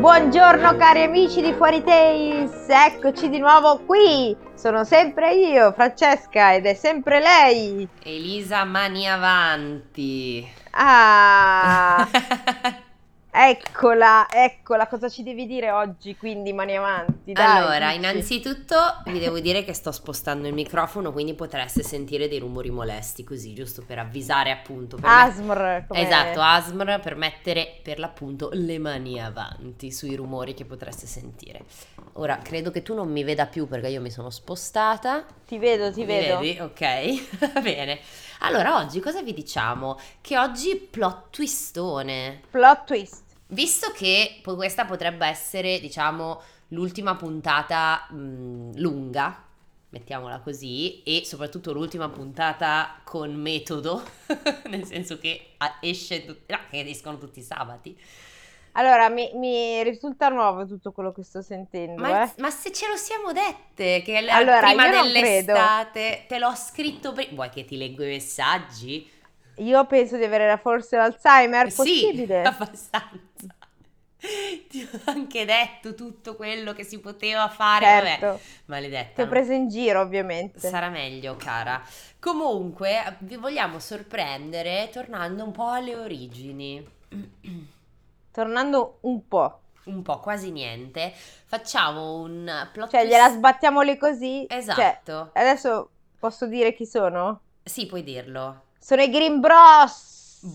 Buongiorno cari amici di Fuori Tales, eccoci di nuovo qui, sono sempre io, Francesca, ed è sempre lei. Elisa Mani Avanti. Ah, eccola, cosa ci devi dire oggi, quindi mani avanti, dai, Allora, dici. innanzitutto vi devo dire che sto spostando il microfono, quindi potreste sentire dei rumori molesti, così, giusto per avvisare appunto. ASMR, Esatto, come... ASMR, per mettere per l'appunto le mani avanti sui rumori che potreste sentire. Ora, credo che tu non mi veda più perché io mi sono spostata. Ti vedo, Mi vedo. vedi? Ok, va bene. Allora, oggi cosa vi diciamo? Che oggi plot twistone. Plot twist. Visto che poi questa potrebbe essere, diciamo, l'ultima puntata lunga, mettiamola così, e soprattutto l'ultima puntata con metodo, nel senso che che escono tutti i sabati. Allora, mi risulta nuovo tutto quello che sto sentendo, Ma se ce lo siamo dette, che Allora, prima io non credo. dell'estate te l'ho scritto prima. Vuoi che ti leggo i messaggi? Io penso di avere forse l'Alzheimer, Sì, possibile? abbastanza. Ti ho anche detto tutto quello che si poteva fare. Vabbè, Certo, ti maledetta, ho preso in giro, ovviamente. sarà meglio, cara. Comunque, vi vogliamo sorprendere tornando un po' alle origini. Tornando un po'. Un po', quasi niente. Facciamo un plot Cioè, gliela twist. sbattiamo lì così? Cioè, Esatto. adesso posso dire chi sono? Sì, puoi dirlo. Sono i Green Bros!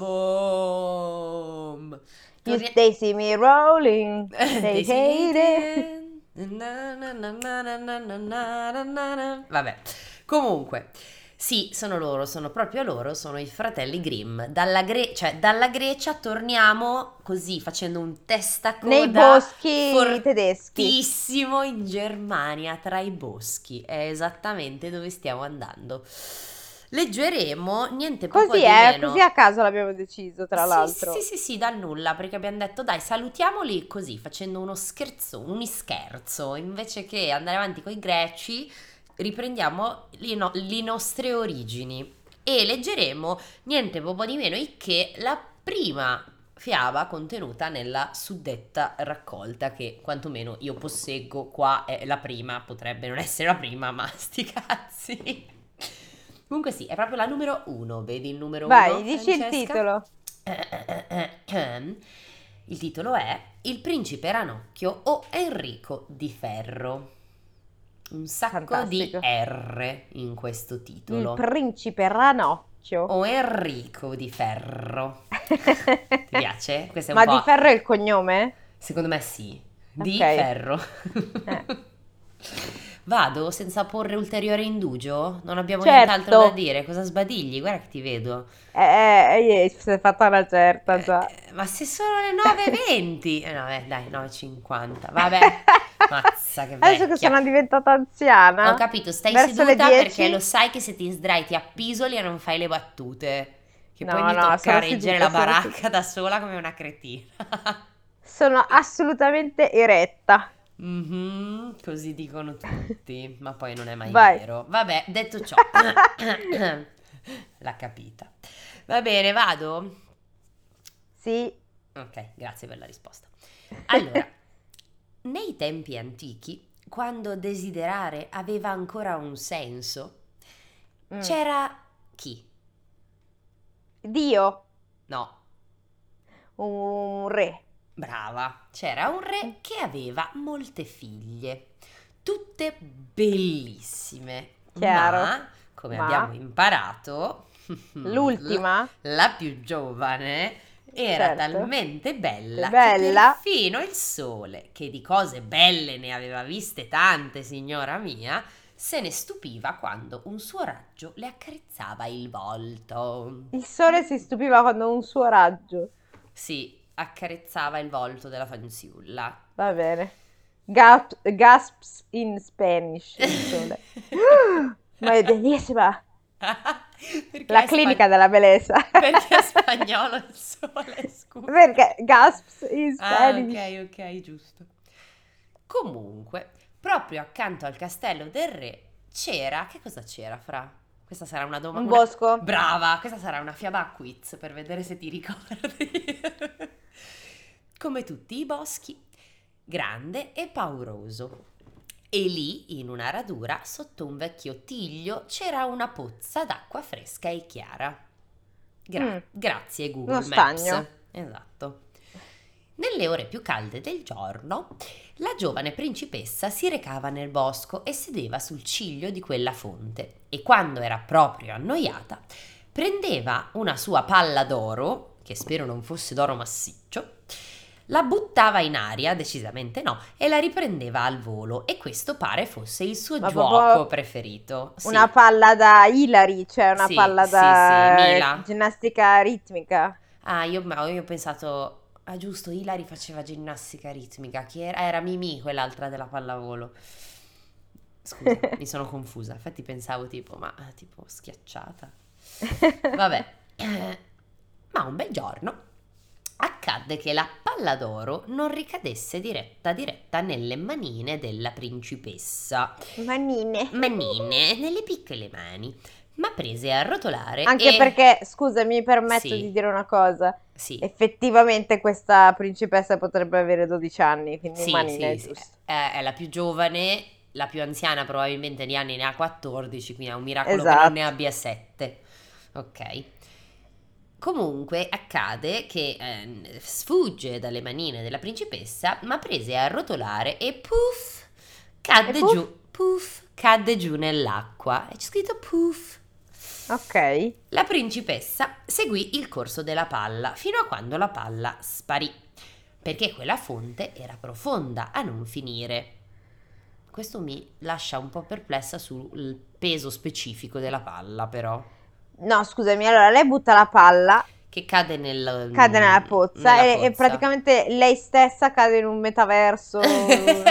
Boom. They see me rolling, they They hate it. say na na na na na na na na na na. Vabbè, comunque, sì, sono loro, sono proprio loro, sono i fratelli Grimm. Dalla Grecia torniamo così, facendo un Nei testacoda boschi tedeschi. fortissimo in Germania, tra i boschi. È esattamente dove stiamo andando. Leggeremo niente poco Così di è, meno. così a caso l'abbiamo deciso, tra Sì, sì, l'altro. sì, sì, dal nulla, perché abbiamo detto dai, salutiamoli così, facendo uno scherzo, un ischerzo, invece che andare avanti con i greci, riprendiamo le nostre origini e leggeremo niente po' di meno che la prima fiaba contenuta nella suddetta raccolta, che quantomeno io posseggo qua, è la prima, potrebbe non essere la prima, ma sti cazzi. Comunque sì, è proprio la numero uno, vedi il numero uno, Vai, dici il Francesca? titolo. Il titolo è Il principe Ranocchio o Enrico di Ferro. Un sacco di Fantastico. R in questo Il titolo. principe Ranocchio. O Enrico di Ferro. Ti piace? Questo è un Ma di po'. ferro è il cognome? Secondo me sì. Ok. Di Ferro. Eh, Vado senza porre ulteriore indugio? Non abbiamo nient'altro da certo. dire. Cosa sbadigli? Guarda che ti vedo. Si è fatta una certa già. Ma se sono le 9:20? No, dai, 9:50. Vabbè. Mazza, che Adesso che vecchia. sono diventata Ho anziana, capito, stai verso le seduta perché lo 10? sai che se ti sdrai ti appisoli e non fai le battute. Che poi No, mi no, tocca sono reggere seduta, la sono baracca seduta. da sola come una cretina. Sono assolutamente eretta. Mhm, così dicono tutti, ma poi non è mai Vai. vero. Vabbè, detto ciò, l'ha capita. Va bene, vado? Sì. Ok, grazie per la risposta. Allora, nei tempi antichi, quando desiderare aveva ancora un senso, Mm. c'era chi? Dio, No, un re. brava, c'era un re che aveva molte figlie, tutte bellissime, Chiaro. ma, come abbiamo Ma imparato, la, l'ultima, la più giovane era certo, talmente è bella che bella. perfino il sole, che di cose belle ne aveva viste tante, signora mia, se ne stupiva quando un suo raggio le accarezzava il volto. Il sole si stupiva quando un suo raggio. Sì, accarezzava il volto della fanciulla. Va bene. Gasps in Spanish, il sole. Ma è bellissima. Perché La è clinica della bellezza. perché è spagnolo il sole, scusa. Perché gasps in Ah, Spanish. ok, ok, giusto. Comunque, proprio accanto al castello del re c'era. Che cosa c'era, Fra? Questa sarà una Un domanda. bosco. Brava, questa sarà una fiaba a quiz per vedere se ti ricordi. Come tutti i boschi, grande e pauroso. E lì, in una radura, sotto un vecchio tiglio, c'era una pozza d'acqua fresca e chiara. Grazie Uno Google Maps. stagno. Esatto. Nelle ore più calde del giorno, la giovane principessa si recava nel bosco e sedeva sul ciglio di quella fonte, e quando era proprio annoiata, prendeva una sua palla d'oro, che spero non fosse d'oro massiccio, la buttava in aria, decisamente no, e la riprendeva al volo, e questo pare fosse il suo Ma gioco proprio preferito. Sì, una palla da Hillary, cioè una sì, palla sì, da Mila. ginnastica ritmica. Ah, io ho pensato, ah giusto, Ilari faceva ginnastica ritmica, chi era? Era Mimì, quell'altra della pallavolo. Scusa, mi sono confusa, infatti pensavo tipo, tipo schiacciata. Vabbè, ma un bel giorno accadde che la palla d'oro non ricadesse diretta nelle manine della principessa. Manine. Manine, nelle piccole mani, ma prese a rotolare Anche e... perché, scusa, mi permetto Sì, di dire una cosa. sì. Effettivamente questa principessa potrebbe avere 12 anni, quindi Sì, manine è sì, sì. giusto. È la più giovane, la più anziana probabilmente di anni ne ha 14, quindi è un miracolo che non ne Esatto. abbia 7. Ok. Comunque accade che sfugge dalle manine della principessa, ma prese a rotolare e puff, E cadde giù nell'acqua. E c'è scritto puff. ok. La principessa seguì il corso della palla fino a quando la palla sparì, perché quella fonte era profonda a non finire. Questo mi lascia un po' perplessa sul peso specifico della palla, però, No, scusami, allora lei butta la palla, che cade cade nella pozza nella e pozza. praticamente lei stessa cade in un metaverso.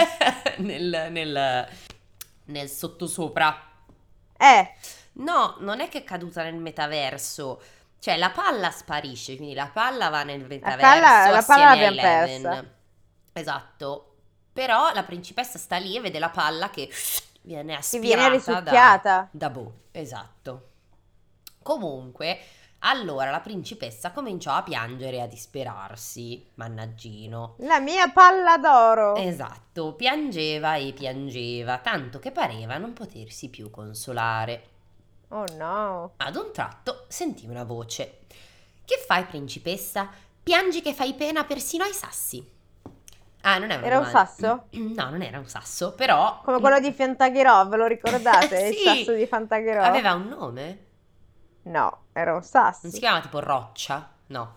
nel sottosopra. Eh, No, non è che è caduta nel metaverso. Cioè, la palla sparisce, quindi la palla va nel metaverso la palla assieme a l'abbiamo persa. Eleven. Esatto. Però la principessa sta lì e vede la palla che viene Che viene aspirata risucchiata. da Bo. Esatto. Comunque, allora la principessa cominciò a piangere e a disperarsi. Mannaggino. La mia palla d'oro. Esatto, piangeva e piangeva, tanto che pareva non potersi più consolare. Oh no. Ad un tratto sentì una voce. Che fai, principessa? Piangi che fai pena persino ai sassi. Ah, non è una Era un domanda. sasso? No, non era un sasso, però... Come quello di Fantagherò, ve lo ricordate? Il Sì, sasso di Fantagherò? aveva un nome? No, era un Non sasso. si chiamava tipo Roccia? No.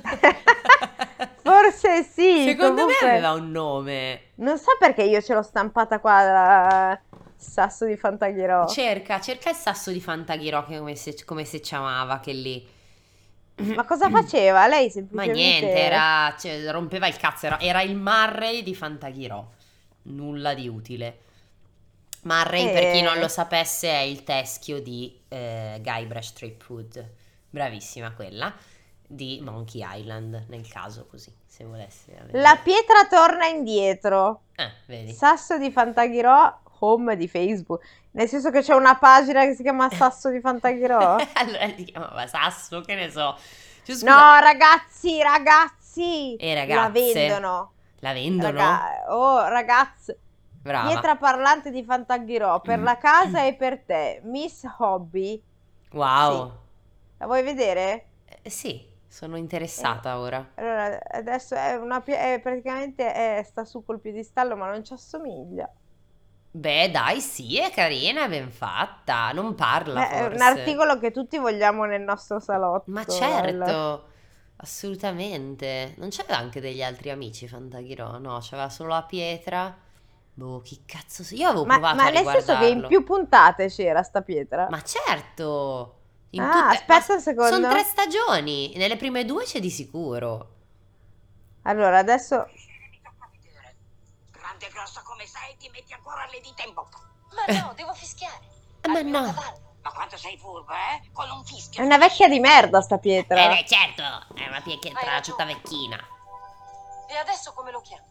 Forse sì, Secondo me comunque. aveva un nome. Non so perché io ce l'ho stampata qua da sasso di Fantagherò. Cerca il sasso di Fantaghirò, che come si chiamava, che lì. Ma cosa faceva? Lei Ma semplicemente... niente, cioè, rompeva il cazzo, era il Murray di Fantaghirò. Nulla di utile. Murray, per chi non lo sapesse, è il teschio di Guybrush Threepwood. Bravissima quella. Di Monkey Island, nel caso, così, se volessi avere. La pietra torna indietro. Vedi. Sasso di Fantagherò, home di Facebook. Nel senso che c'è una pagina che si chiama Sasso di Fantagherò. Allora si chiamava Sasso, che ne so. Cioè, scusa, No, ragazzi. e La ragazze. vendono. La vendono? Oh, ragazzi. Brava. Pietra parlante di Fantagherò per la casa e per te. Miss Hobby. Wow. Sì. La vuoi vedere? Sì, sono interessata ora. Allora, adesso praticamente sta su col piedistallo, ma non ci assomiglia. Beh, dai, sì, è carina, è ben fatta. Non parla, Beh, è un forse. articolo che tutti vogliamo nel nostro salotto. Ma certo, assolutamente. Non c'aveva anche degli altri amici Fantaghirò? No, c'aveva solo la pietra. Boh, chi cazzo so. Io avevo provato Ma a nel senso che in riguardarlo. più puntate c'era sta pietra. Ma certo! In Ah, tutte... aspetta un secondo. Sono 3 stagioni. Nelle prime 2 c'è di sicuro. Allora, adesso... Mi tocca vedere. Grande e grossa come sei, ti metti ancora le dita in bocca. Ma no, devo fischiare. Ma Al mio no. cavallo. Ma quanto sei furba, eh? Con un È fischio. una vecchia di merda sta pietra. Beh, certo, è una Hai pietra ragione. tutta vecchina. E adesso come lo chiamo?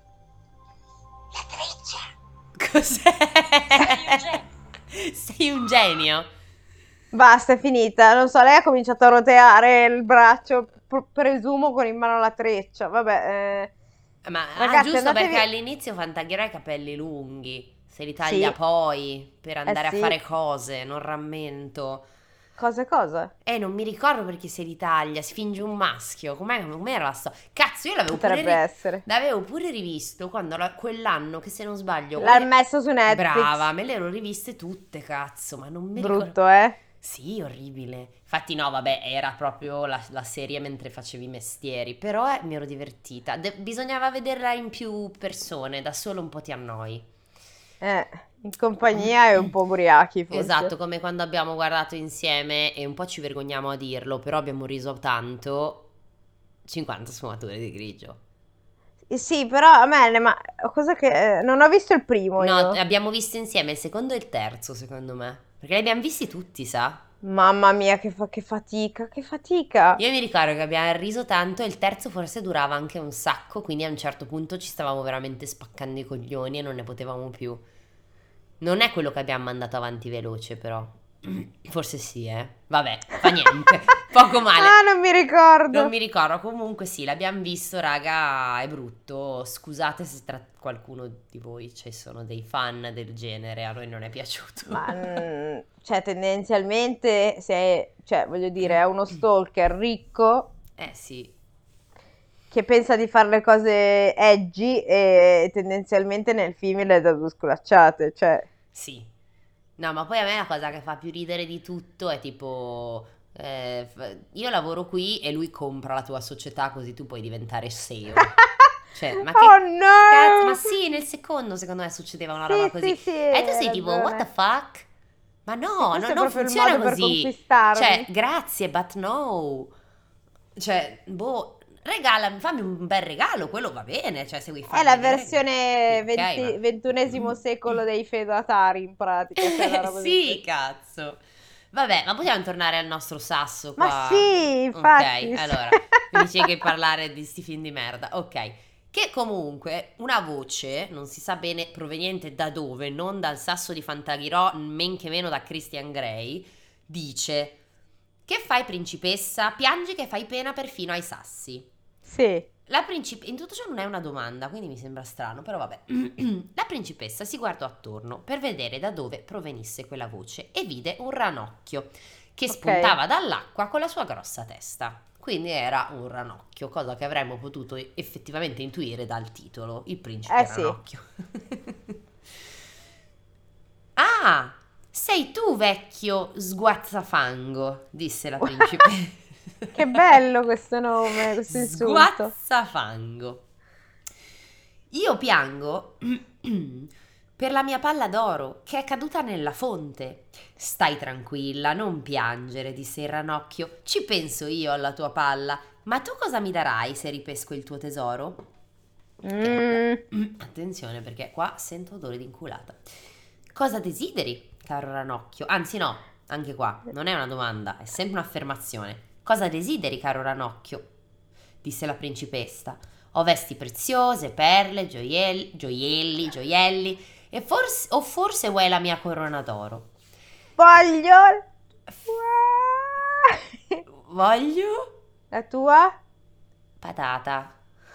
La treccia. Cos'è? Sei un genio. Sei un genio. Basta, è finita. Non so, lei ha cominciato a roteare il braccio, presumo con in mano la treccia. Vabbè, Ma Ragazzi, giusto andatevi- perché all'inizio Fantaghiro ha i capelli lunghi, se li taglia Sì. poi per andare a sì. fare cose, non rammento. Cosa? Non mi ricordo perché se li taglia, si finge un maschio. Com'era la storia? Cazzo, io Potrebbe essere. l'avevo pure rivisto quell'anno che se non sbaglio. L'ha messo su Netflix. Brava, me le ero riviste tutte, cazzo, ma non mi ricordo. Brutto, eh? Sì, orribile. Infatti no, vabbè, era proprio la serie mentre facevi i mestieri, però mi ero divertita. Bisognava vederla in più persone, da solo un po' ti annoi. In compagnia e un po' ubriachi, forse. Esatto, come quando abbiamo guardato insieme, e un po' ci vergogniamo a dirlo, però abbiamo riso tanto, 50 sfumature di grigio. Sì, però a me, ma cosa che non ho visto il primo No, io. abbiamo visto insieme il secondo e il terzo, secondo me. Perché li abbiamo visti tutti, sa? Mamma mia, che fatica, che fatica. Io mi ricordo che abbiamo riso tanto e il terzo forse durava anche un sacco, quindi a un certo punto ci stavamo veramente spaccando i coglioni e non ne potevamo più. Non è quello che abbiamo mandato avanti veloce, però. Forse sì, Vabbè, fa niente. Poco male. Ah, non mi ricordo. Non mi ricordo, comunque sì, l'abbiamo visto, raga, è brutto. Scusate se tra qualcuno di voi ci sono dei fan del genere, a noi non è piaciuto. Ma, cioè, tendenzialmente, cioè, voglio dire, è uno stalker ricco Sì. che pensa di fare le cose edgy e tendenzialmente nel film le dà due sculacciate, cioè. Sì. No, ma poi a me la cosa che fa più ridere di tutto è tipo... io lavoro qui e lui compra la tua società così tu puoi diventare CEO. Cioè, ma che Oh no! cazzo? Ma sì, nel secondo secondo me succedeva una Sì, roba così. sì, E tu sei hai tipo, ragione. what the fuck? Ma no, Sì, questo è non proprio il funziona modo per così. conquistarmi. Cioè, grazie, but no. Cioè, boh, fammi un bel regalo, quello va bene. Cioè, se vuoi È farmi la dei versione regali. Sì, ok, ma- XXI secolo dei feudatari, in pratica. Cioè, una roba del Sì, genere. cazzo. Vabbè, ma possiamo tornare al nostro sasso qua? Ma sì, infatti. Ok, allora, mi dici che parlare di sti film di merda. Ok. Che comunque una voce, non si sa bene proveniente da dove, non dal sasso di Fantaghirò, men che meno da Christian Grey, dice: che fai principessa? Piangi che fai pena perfino ai sassi. Sì. In tutto ciò non è una domanda, quindi mi sembra strano, però vabbè. La principessa si guardò attorno per vedere da dove provenisse quella voce e vide un ranocchio che Ok. spuntava dall'acqua con la sua grossa testa. Quindi era un ranocchio, cosa che avremmo potuto effettivamente intuire dal titolo, il principe Sì. ranocchio. Ah, sei tu vecchio sguazzafango, disse la principessa. Che bello questo nome, questo insulto. Sguazzafango. Io piango per la mia palla d'oro che è caduta nella fonte. Stai tranquilla, non piangere, disse il ranocchio. Ci penso io alla tua palla. Ma tu cosa mi darai se ripesco il tuo tesoro? Attenzione perché qua sento odore di inculata. Cosa desideri, caro ranocchio? Anzi no, anche qua non è una domanda, è sempre un'affermazione. Cosa desideri, caro ranocchio? Disse la principessa. Ho vesti preziose, perle, gioielli, e forse vuoi la mia corona d'oro? Voglio La tua? patata.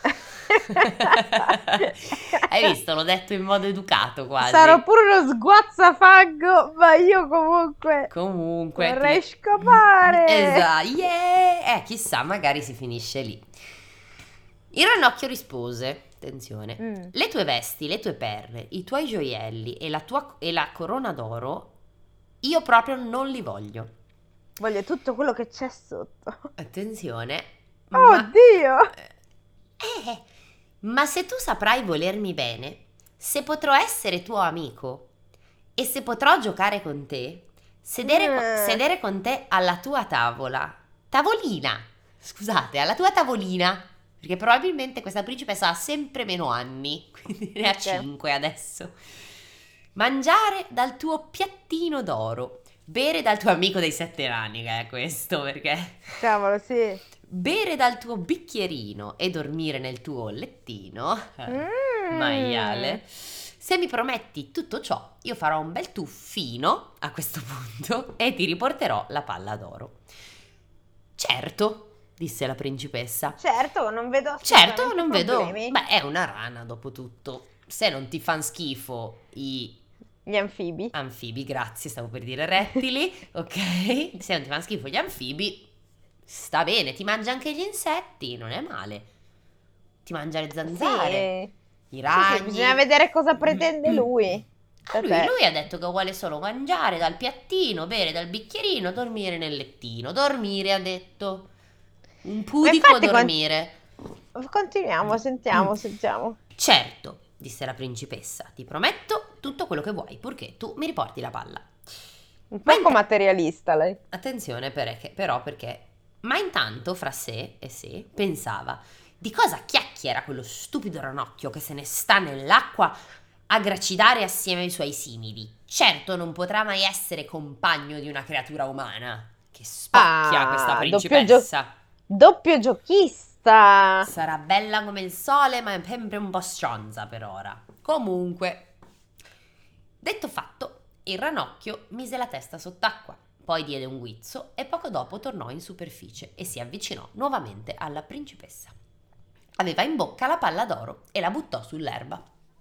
Hai visto? L'ho detto in modo educato quasi. Sarò pure uno sguazzafango, ma io comunque vorrei scopare. Esatto, yeah! Chissà, magari si finisce lì. Il ranocchio rispose, attenzione, le tue vesti, le tue perle, i tuoi gioielli e la corona d'oro, io proprio non li voglio. Voglio tutto quello che c'è sotto. Attenzione. Oddio! Ma se tu saprai volermi bene, se potrò essere tuo amico e se potrò giocare con te, sedere con te alla tua tavolina, scusate, alla tua tavolina, perché probabilmente questa principessa ha sempre meno anni, quindi ne ha Ok. 5 adesso. Mangiare dal tuo piattino d'oro, bere dal tuo amico dei 7 anni, che è questo, perché... Cavolo, sì. Bere dal tuo bicchierino e dormire nel tuo lettino, maiale. Se mi prometti tutto ciò, io farò un bel tuffino a questo punto e ti riporterò la palla d'oro. Certo, disse la principessa. Certo, non vedo Certo, assolutamente non vedo. problemi. Beh, è una rana, dopo tutto. Se non ti fan schifo i Gli anfibi. anfibi, grazie, stavo per dire rettili, ok? Se non ti fanno schifo gli anfibi, sta bene, ti mangia anche gli insetti, non è male. Ti mangia le zanzare, Sì. i Sì, ragni. bisogna vedere cosa pretende lui. da te. Lui ha detto che vuole solo mangiare dal piattino, bere dal bicchierino, dormire nel lettino. Dormire, ha detto. Un pudico infatti dormire. Continuiamo, sentiamo. Certo, disse la principessa, ti prometto tutto quello che vuoi, purché tu mi riporti la palla. Un Ma poco materialista lei. Attenzione perché, ma intanto fra sé e sé pensava, di cosa chiacchiera quello stupido ranocchio che se ne sta nell'acqua a gracidare assieme ai suoi simili? Certo non potrà mai essere compagno di una creatura umana. Che spocchia questa principessa. Doppio giochista. Sarà bella come il sole, ma è sempre un po' stronza per ora. Comunque, detto fatto, il ranocchio mise la testa sott'acqua, poi diede un guizzo e poco dopo tornò in superficie e si avvicinò nuovamente alla principessa. Aveva in bocca la palla d'oro e la buttò sull'erba.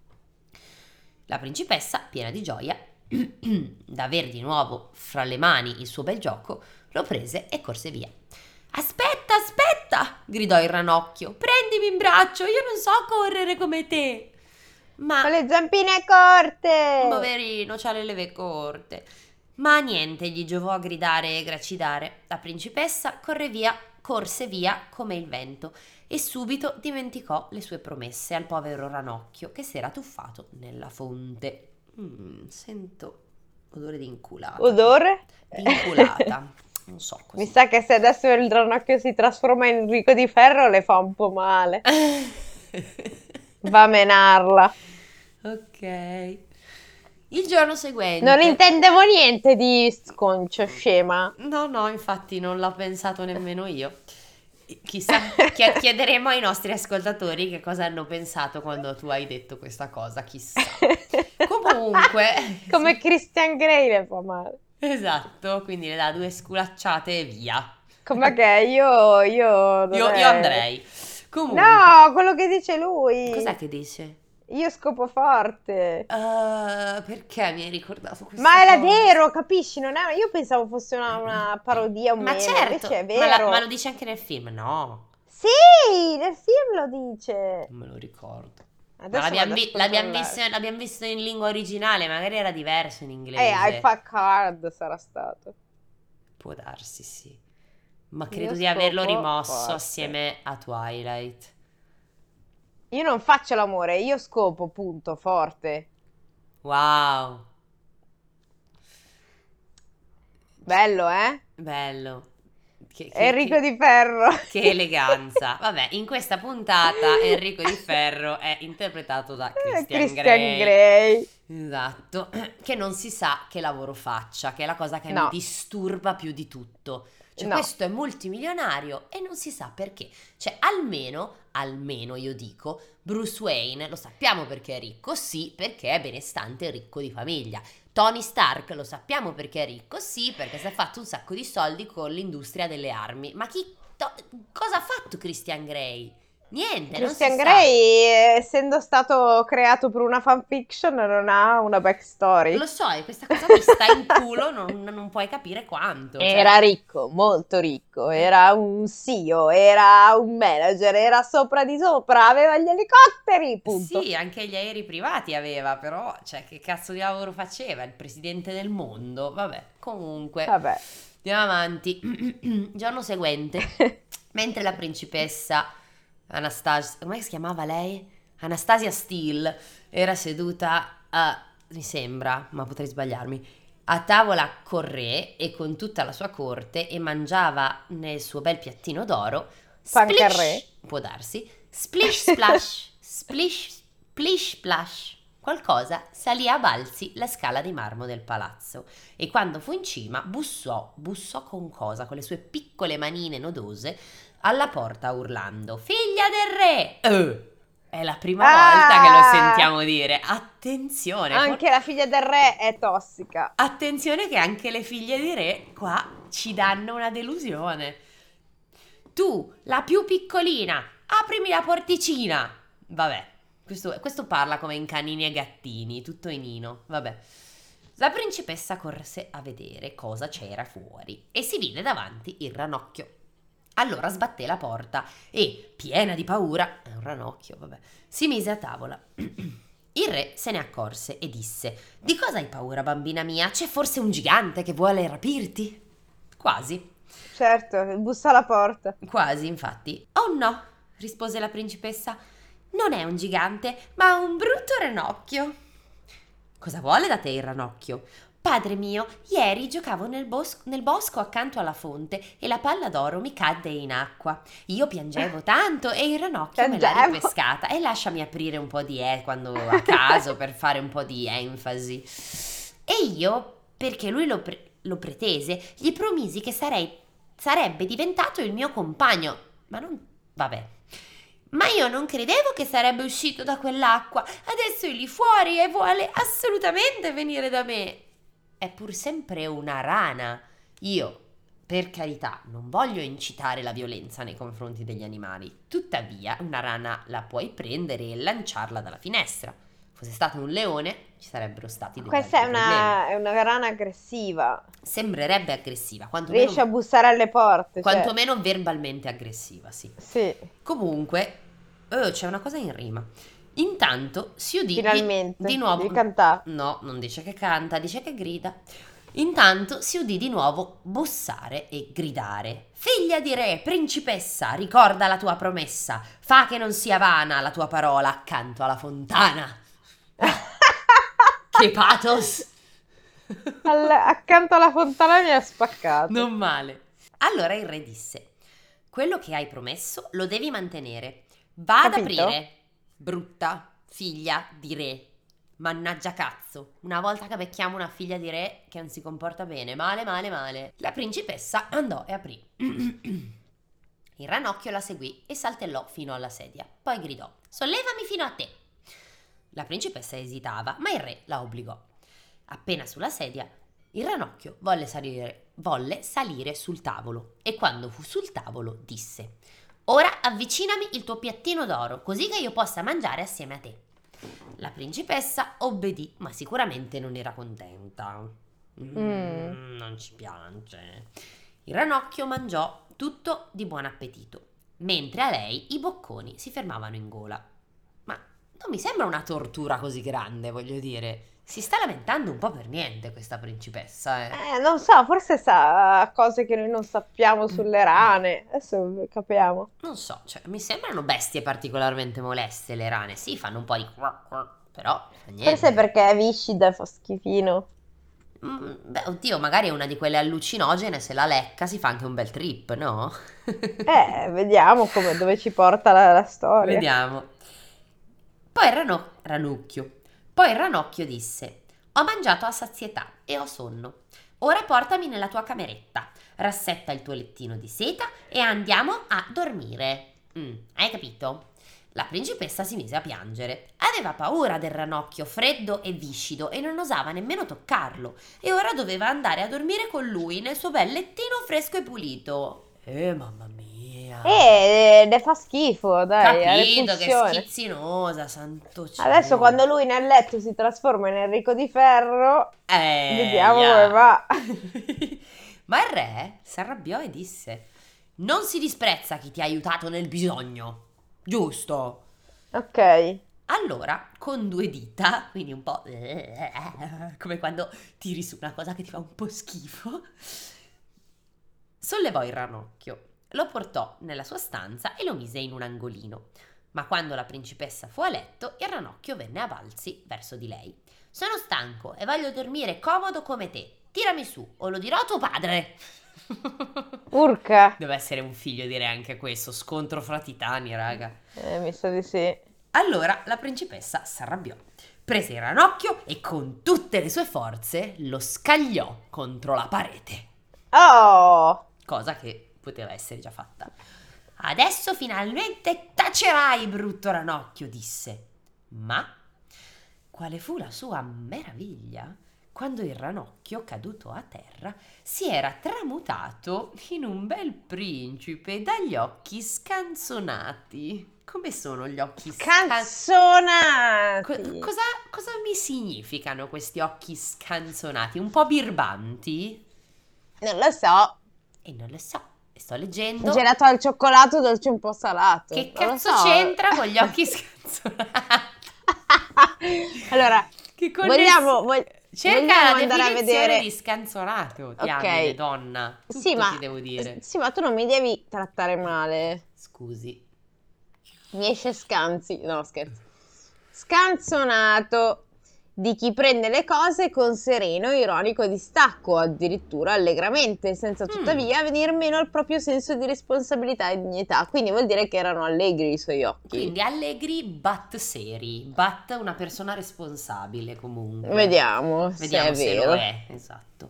La principessa, piena di gioia, d'aver di nuovo fra le mani il suo bel gioco, lo prese e corse via. Aspetta, aspetta! Gridò il ranocchio. Prendimi in braccio, io non so correre come te. Ma Con le zampine corte. poverino, c'ha le leve corte. Ma niente gli giovò a gridare e gracidare. La principessa corse via come il vento e subito dimenticò le sue promesse al povero ranocchio che si era tuffato nella fonte. Sento odore di inculata. Odore? Di inculata. Non so così. Mi sa che se adesso il ranocchio si trasforma in Enrico di Ferro le fa un po' male. Va a menarla. Ok. Il giorno seguente. Non intendevo niente di sconcio, scema. No, infatti non l'ho pensato nemmeno io. Chissà, chiederemo ai nostri ascoltatori che cosa hanno pensato quando tu hai detto questa cosa, chissà. Comunque. Come Christian Grey le fa male. Esatto, quindi le dà 2 sculacciate e via. Com'è che io Io andrei. Comunque. No, quello che dice lui. Cos'è che dice? Io scopo forte. Perché mi hai ricordato questa Ma era cosa? vero, capisci? Non è... Io pensavo fosse una parodia o Ma meno, certo, invece è vero. ma lo dice anche nel film, no? Sì, nel film lo dice. Non me lo ricordo. Adesso Ma vado a controllare. l'abbiamo visto in lingua originale, magari era diverso in inglese. I fuck hard sarà stato. Può darsi, sì. Ma Io credo di averlo scopo rimosso forte. assieme a Twilight. Io non faccio l'amore, io scopo, punto, forte. Wow, Bello, eh? bello. Enrico di Ferro. Che eleganza. Vabbè, in questa puntata Enrico di Ferro è interpretato da Christian Grey. Esatto, che non si sa che lavoro faccia, che è la cosa che No. mi disturba più di tutto. Cioè, No. questo è multimilionario e non si sa perché. Cioè, almeno io dico, Bruce Wayne lo sappiamo perché è ricco, sì, perché è benestante e ricco di famiglia. Tony Stark lo sappiamo perché è ricco, sì, perché si è fatto un sacco di soldi con l'industria delle armi. Ma cosa ha fatto Christian Grey? Niente, Christian non si Grey, essendo stato creato per una fanfiction, non ha una sa. backstory. Lo so, e questa cosa mi sta in culo, non puoi capire quanto. Cioè, Era ricco, molto ricco, era un CEO, era un manager, era sopra di sopra, aveva gli elicotteri, punto. sì, anche gli aerei privati aveva, però, cioè, che cazzo di lavoro faceva? Il presidente del mondo? Vabbè, comunque, Vabbè. andiamo avanti. Giorno seguente, mentre la principessa Anastasia, come si chiamava lei? Anastasia Steele era seduta mi sembra, ma potrei sbagliarmi, a tavola con re e con tutta la sua corte e mangiava nel suo bel piattino d'oro. Panca Splish, re. può darsi. Splish splash, splish splish splash. Qualcosa salì a balzi la scala di marmo del palazzo e quando fu in cima bussò con cosa? Con le sue piccole manine nodose alla porta urlando: Figlia del re! È la prima volta che lo sentiamo dire. Attenzione! Anche la figlia del re è tossica. Attenzione che anche le figlie di re qua ci danno una delusione. Tu, la più piccolina, aprimi la porticina. Vabbè, questo parla come in Canini e Gattini, tutto in Nino, vabbè. La principessa corse a vedere cosa c'era fuori e si vide davanti il ranocchio. Allora sbatté la porta e, piena di paura, è un ranocchio, vabbè, si mise a tavola. Il re se ne accorse e disse: «Di cosa hai paura, bambina mia? C'è forse un gigante che vuole rapirti?» Quasi. Certo, bussa alla porta. Quasi, infatti. «Oh no», rispose la principessa, «non è un gigante, ma un brutto ranocchio». «Cosa vuole da te il ranocchio?» «Padre mio, ieri giocavo nel bosco accanto alla fonte e la palla d'oro mi cadde in acqua. Io piangevo tanto e il ranocchio me l'ha Piangevo. ripescata». E lasciami aprire un po' di quando a caso per fare un po' di enfasi. «E io, perché lui lo pretese, gli promisi che sarebbe diventato il mio compagno. Ma non... vabbè. Ma io non credevo che sarebbe uscito da quell'acqua. Adesso è lì fuori e vuole assolutamente venire da me. È pur sempre una rana. Io, per carità, non voglio incitare la violenza nei confronti degli animali. Tuttavia, una rana la puoi prendere e lanciarla dalla finestra. Fosse stato un leone, ci sarebbero stati degli Questa è altri problemi. è una rana aggressiva. Sembrerebbe aggressiva, quantomeno, Riesce a bussare alle porte. quantomeno verbalmente aggressiva, sì. Sì, Comunque, c'è una cosa in rima. Intanto si udì finalmente. di nuovo. Devi cantare. No, non dice che canta, dice che grida. Intanto si udì di nuovo bussare e gridare: «Figlia di re, principessa, ricorda la tua promessa. Fa che non sia vana la tua parola accanto alla fontana». Che pathos! Accanto alla fontana mi ha spaccato. Non male. Allora il re disse: «Quello che hai promesso lo devi mantenere. Va ad Capito? aprire, brutta figlia di re». Mannaggia cazzo, una volta che becchiamo una figlia di re che non si comporta bene, male. La principessa andò e aprì. Il ranocchio la seguì e saltellò fino alla sedia. Poi gridò: «Sollevami fino a te». La principessa esitava, ma il re la obbligò. Appena sulla sedia, il ranocchio volle salire sul tavolo e quando fu sul tavolo disse: «Ora avvicinami il tuo piattino d'oro, così che io possa mangiare assieme a te». La principessa obbedì, ma sicuramente non era contenta. Non ci piace. Il ranocchio mangiò tutto di buon appetito, mentre a lei i bocconi si fermavano in gola. Ma non mi sembra una tortura così grande, voglio dire. Si sta lamentando un po' per niente questa principessa, Non so, forse sa cose che noi non sappiamo sulle rane. Adesso capiamo. Non so, cioè, mi sembrano bestie particolarmente moleste le rane. Sì, fanno un po' di quack quack, però fa niente. Forse perché è viscida e fa schifino. Beh, oddio, magari è una di quelle allucinogene, se la lecca si fa anche un bel trip, no? Vediamo dove ci porta la storia. Vediamo. Poi il ranocchio disse: «Ho mangiato a sazietà e ho sonno. Ora portami nella tua cameretta, rassetta il tuo lettino di seta e andiamo a dormire». Hai capito? La principessa si mise a piangere. Aveva paura del ranocchio freddo e viscido e non osava nemmeno toccarlo. E ora doveva andare a dormire con lui nel suo bel lettino fresco e pulito. Mamma mia! Ne fa schifo, dai, ha Capito, che repulsione. schizzinosa, santo cielo. Adesso quando lui nel letto si trasforma in Enrico di Ferro, vediamo yeah. come va. Ma il re si arrabbiò e disse: «Non si disprezza chi ti ha aiutato nel bisogno, giusto?» Ok. Allora, con 2 dita, quindi un po' come quando tiri su una cosa che ti fa un po' schifo, sollevò il ranocchio, lo portò nella sua stanza e lo mise in un angolino. Ma quando la principessa fu a letto, il ranocchio venne a balzi verso di lei. «Sono stanco e voglio dormire comodo come te. Tirami su o lo dirò a tuo padre». Urca. Deve essere un figlio, direi anche questo. Scontro fra titani, raga. Mi sa di sì. Allora la principessa s'arrabbiò, prese il ranocchio e con tutte le sue forze lo scagliò contro la parete. Oh! Cosa che poteva essere già fatta. «Adesso finalmente tacerai, brutto ranocchio», disse. Ma quale fu la sua meraviglia quando il ranocchio, caduto a terra, si era tramutato in un bel principe dagli occhi scanzonati. Come sono gli occhi Canzonati. cosa mi significano questi occhi scanzonati? Un po' birbanti? Non lo so. E non lo so, sto leggendo. Gelato al cioccolato, dolce un po' salato. Che Non lo cazzo so. c'entra con gli occhi scanzonati? Allora, Che vogliamo Cerca la andare a definizione vedere. di scanzonato, Ok. diamine, donna. Tutto Sì, ma ti devo dire. Sì, ma tu non mi devi trattare male. Scusi. Mi esce scanzi. No, scherzo. Scanzonato di chi prende le cose con sereno e ironico distacco, addirittura allegramente, senza tuttavia venir meno al proprio senso di responsabilità e dignità. Quindi vuol dire che erano allegri i suoi occhi. Quindi allegri, but seri. But una persona responsabile comunque. Vediamo se è se vero. lo è, esatto.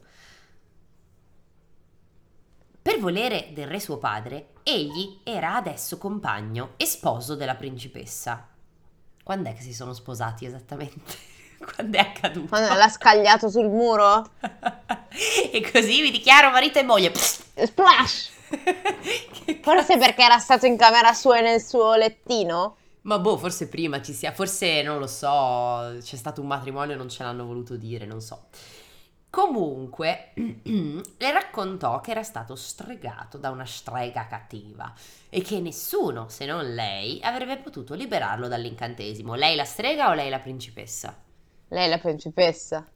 Per volere del re suo padre, egli era adesso compagno e sposo della principessa. Quando è che si sono sposati esattamente? Quando è accaduto? Quando l'ha scagliato sul muro? E così vi dichiaro marito e moglie. Splash! Che Forse perché era stato in camera sua e nel suo lettino? Ma boh, forse prima ci sia, forse non lo so, c'è stato un matrimonio e non ce l'hanno voluto dire, non so. Comunque, le raccontò che era stato stregato da una strega cattiva e che nessuno, se non lei, avrebbe potuto liberarlo dall'incantesimo. Lei la strega o lei la principessa? Lei è la principessa.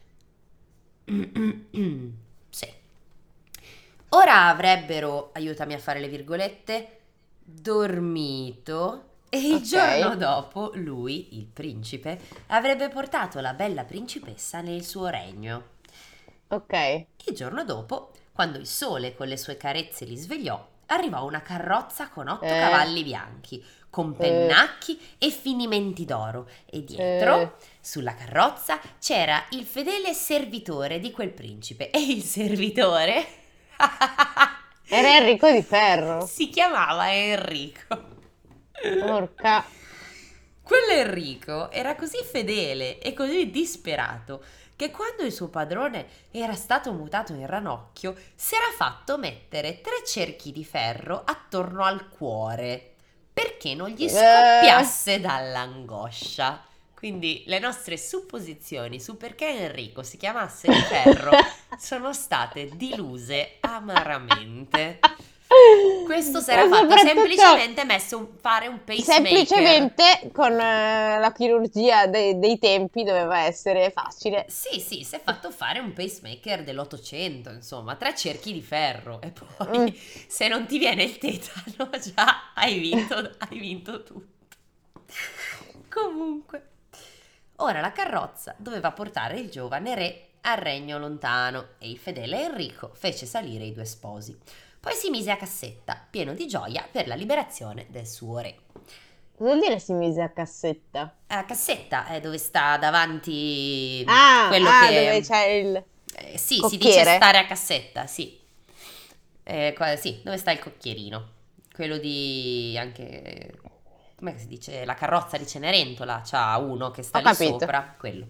Sì. Ora avrebbero, aiutami a fare le virgolette, dormito e il Ok. giorno dopo lui, il principe, avrebbe portato la bella principessa nel suo regno. Ok. Il giorno dopo, quando il sole con le sue carezze li svegliò, arrivò una carrozza con 8 cavalli bianchi, con pennacchi e finimenti d'oro, e dietro, sulla carrozza, c'era il fedele servitore di quel principe. E il servitore Era Enrico di Ferro. si chiamava Enrico. Porca. Quell'Enrico era così fedele e così disperato che quando il suo padrone era stato mutato in ranocchio si era fatto mettere 3 cerchi di ferro attorno al cuore perché non gli scoppiasse dall'angoscia. Quindi le nostre supposizioni su perché Enrico si chiamasse di ferro sono state diluse amaramente. Questo si era Ma fatto soprattutto semplicemente fare un pacemaker. semplicemente con la chirurgia dei tempi doveva essere facile. Sì, si è fatto fare un pacemaker dell'800, insomma, 3 cerchi di ferro e poi se non ti viene il tetano già hai vinto tutto. Comunque, ora la carrozza doveva portare il giovane re al regno lontano e il fedele Enrico fece salire i 2 sposi. Poi si mise a cassetta, pieno di gioia per la liberazione del suo re. Cosa vuol dire si mise a cassetta? A cassetta è dove sta davanti quello che... dove c'è il sì, si cocchiere. dice stare a cassetta, sì. Sì, dove sta il cocchierino? Quello di anche... Come si dice? La carrozza di Cenerentola, c'ha uno che sta Ho lì capito. sopra, quello.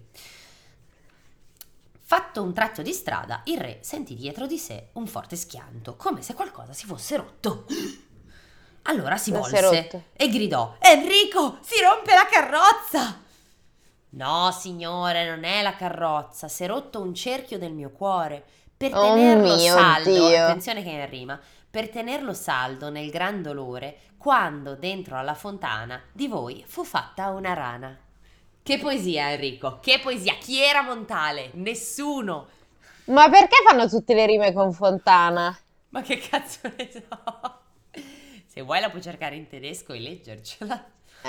Fatto un tratto di strada, il re sentì dietro di sé un forte schianto, come se qualcosa si fosse rotto. Allora si Cosa si è volse rotto? e gridò: Enrico, si rompe la carrozza! No, signore, non è la carrozza, si è rotto un cerchio del mio cuore. Per Oh tenerlo mio saldo, Dio. attenzione che è in rima, per tenerlo saldo nel gran dolore, quando dentro alla fontana di voi fu fatta una rana. Che poesia, Enrico, che poesia! Chi era Montale? Nessuno! Ma perché fanno tutte le rime con Fontana? Ma che cazzo ne so? Se vuoi la puoi cercare in tedesco e leggercela.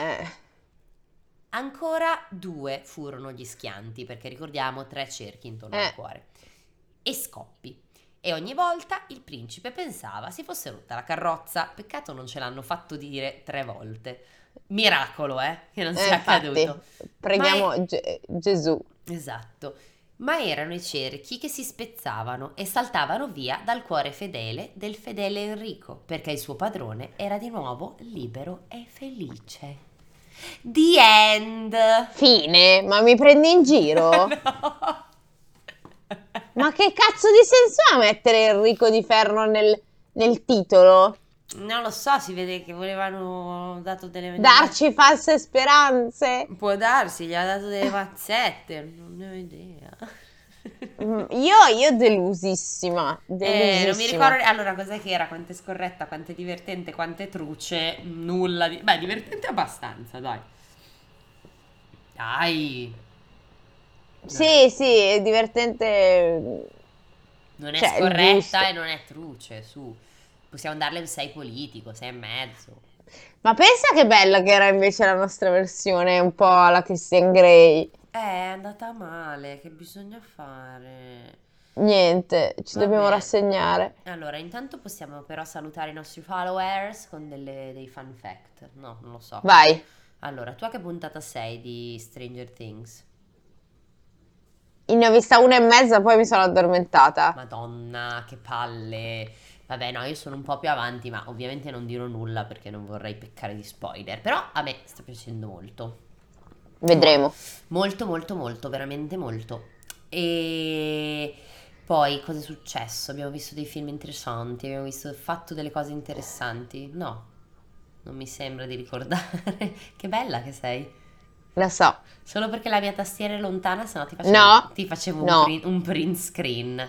Ancora 2 furono gli schianti, perché ricordiamo 3 cerchi intorno al cuore. E scoppi. E ogni volta il principe pensava si fosse rotta la carrozza. Peccato non ce l'hanno fatto dire 3 volte. Miracolo, che non sia Infatti, accaduto. preghiamo Gesù. Esatto. Ma erano i cerchi che si spezzavano e saltavano via dal cuore fedele del fedele Enrico, perché il suo padrone era di nuovo libero e felice. The end! Fine, ma mi prendi in giro? No. Ma che cazzo di senso ha mettere Enrico Di Ferro nel titolo? Non lo so, si vede che volevano dato delle... Darci false speranze? Può darsi, gli ha dato delle mazzette, non ne ho idea. Io delusissima. Non mi ricordo. Allora, cos'è che era? Quanto è scorretta, quanto è divertente, quanto è truce. Nulla di... Beh, divertente abbastanza, dai. Dai. Sì, è divertente. Non è Cioè, scorretta giusto. e non è truce, su. Possiamo darle un 6 politico, 6,5. Ma pensa che bella che era invece la nostra versione, un po' alla Christian Grey. È andata male, che bisogna fare? Niente, ci Vabbè. dobbiamo rassegnare. Allora, intanto possiamo però salutare i nostri followers con dei fun fact. No, non lo so. Vai. Allora, tu a che puntata sei di Stranger Things? Ne ho vista 1 e mezza, poi mi sono addormentata. Madonna, che palle. Vabbè, no, io sono un po' più avanti, ma ovviamente non dirò nulla perché non vorrei peccare di spoiler. Però a me sta piacendo molto. Vedremo. Molto, molto, molto, veramente molto. E poi cosa è successo? Abbiamo visto dei film interessanti, abbiamo fatto delle cose interessanti. No, non mi sembra di ricordare. Che bella che sei. Lo so. Solo perché la mia tastiera è lontana, sennò No. ti facevo No. un print screen.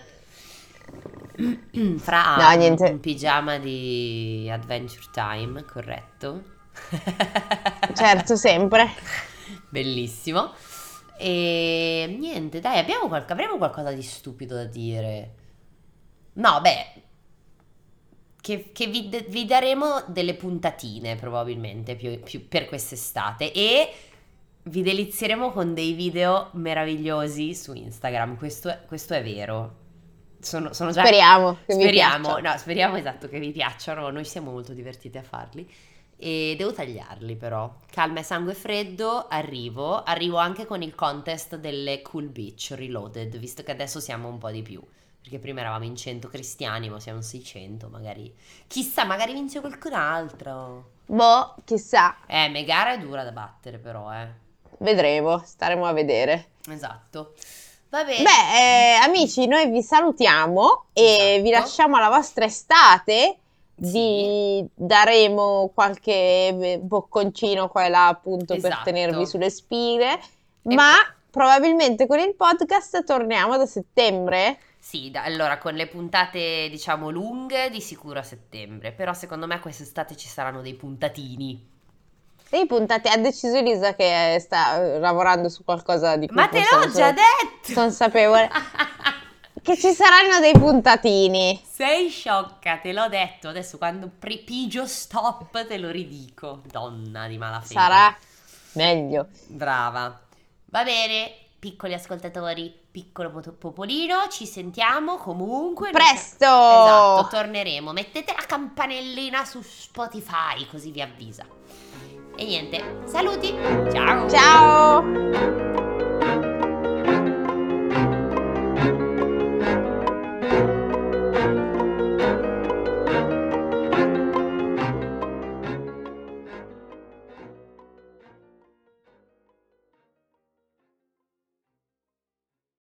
Fra No, niente. un pigiama di Adventure Time, corretto? Certo, sempre. Bellissimo. E niente, dai, avremo qualcosa di stupido da dire. No, beh, che vi daremo delle puntatine probabilmente più per quest'estate e vi delizieremo con dei video meravigliosi su Instagram. Questo è vero. Sono già... Speriamo che vi Speriamo, piaccia. no, speriamo esatto che vi piacciono. Noi siamo molto divertiti a farli. E devo tagliarli però. Calma e sangue freddo, arrivo anche con il contest delle Cool Beach Reloaded, visto che adesso siamo un po' di più. Perché prima eravamo in 100 cristiani, ma siamo 600, magari. Chissà, magari vince qualcun altro. Boh, chissà. Megara è dura da battere però, Vedremo, staremo a vedere. Esatto. Va bene. Beh, amici, noi vi salutiamo e vi Esatto. lasciamo alla vostra estate. Sì. Vi daremo qualche bocconcino qua e là appunto per Esatto. tenervi sulle spine, E ma probabilmente con il podcast torniamo da settembre. Sì, allora con le puntate diciamo lunghe di sicuro a settembre, però secondo me quest'estate ci saranno dei puntatini. Dei puntati, ha deciso Elisa che sta lavorando su qualcosa di cui Ma te forse l'ho non già sono detto! consapevole. Che ci saranno dei puntatini. Sei sciocca, te l'ho detto. Adesso quando prepigio stop te lo ridico. Donna di malafede. Sarà meglio. Brava. Va bene, piccoli ascoltatori, piccolo popolino, ci sentiamo comunque. Presto! Esatto, torneremo. Mettete la campanellina su Spotify così vi avvisa. E niente, saluti. Ciao. Ciao!